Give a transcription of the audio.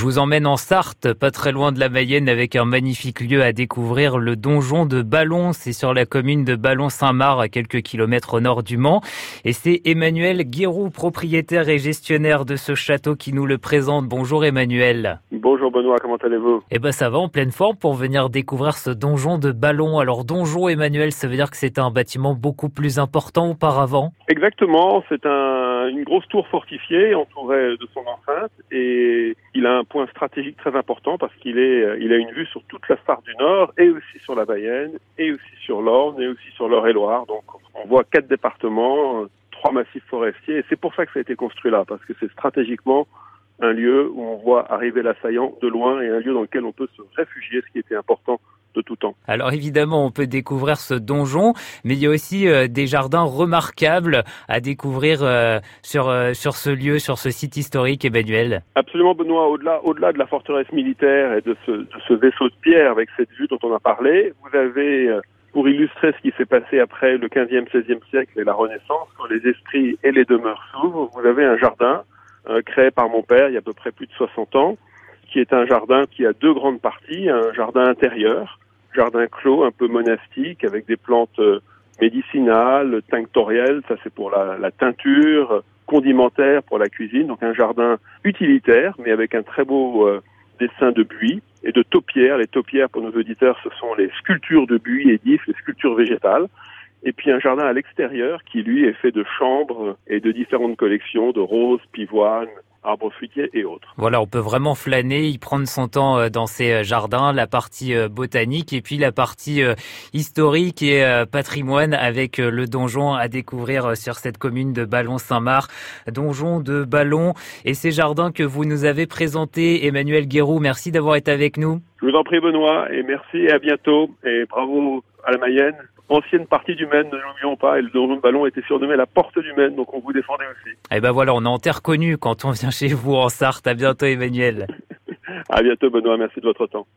vous emmène en Sarthe, pas très loin de la Mayenne, avec un magnifique lieu à découvrir, le donjon de Ballon. C'est sur la commune de Ballon-Saint-Marc, à quelques kilomètres au nord du Mans. Et c'est Emmanuel Guéroux, propriétaire et gestionnaire de ce château, qui nous le présente. Bonjour Emmanuel. Bonjour Benoît, comment allez-vous? Eh ben ça va, en pleine forme pour venir découvrir ce donjon de Ballon. Alors donjon, Emmanuel, ça veut dire que c'est un bâtiment beaucoup plus important auparavant? Exactement, c'est une grosse tour fortifiée entourée de son enceinte et il a un point stratégique très important parce qu'il a une vue sur toute la Sarthe du Nord et aussi sur la Mayenne et aussi sur l'Orne et aussi sur l'Eure-et-Loir. Donc on voit 4 départements, 3 massifs forestiers et c'est pour ça que ça a été construit là, parce que c'est stratégiquement un lieu où on voit arriver l'assaillant de loin et un lieu dans lequel on peut se réfugier, ce qui était important de tout temps. Alors évidemment, on peut découvrir ce donjon, mais il y a aussi des jardins remarquables à découvrir sur ce lieu, sur ce site historique, Emmanuel. Absolument, Benoît. Au-delà de la forteresse militaire et de ce vaisseau de pierre avec cette vue dont on a parlé, vous avez, pour illustrer ce qui s'est passé après le 15e, 16e siècle et la Renaissance, quand les esprits et les demeures s'ouvrent, vous avez un jardin créé par mon père il y a à peu près plus de 60 ans, qui est un jardin qui a 2 grandes parties, un jardin intérieur, jardin clos, un peu monastique, avec des plantes médicinales, tinctorielles, ça c'est pour la teinture, condimentaire pour la cuisine, donc un jardin utilitaire, mais avec un très beau dessin de buis et de taupières. Les taupières, pour nos auditeurs, ce sont les sculptures de buis et d'ifs, les sculptures végétales. Et puis un jardin à l'extérieur qui, lui, est fait de chambres et de différentes collections de roses, pivoines, arbres fruitiers et autres. Voilà, on peut vraiment flâner, y prendre son temps dans ces jardins, la partie botanique et puis la partie historique et patrimoine avec le donjon à découvrir sur cette commune de Ballon-Saint-Marc. Donjon de Ballon et ces jardins que vous nous avez présentés. Emmanuel Guéroux, merci d'avoir été avec nous. Je vous en prie Benoît et merci et à bientôt et bravo à la Mayenne. Ancienne partie du Maine, ne l'oublions pas, et le donjon de Ballon était surnommé la porte du Maine, donc on vous défendait aussi. Et ben voilà, on est en terre connue quand on vient chez vous en Sarthe. À bientôt Emmanuel. À bientôt Benoît, merci de votre temps.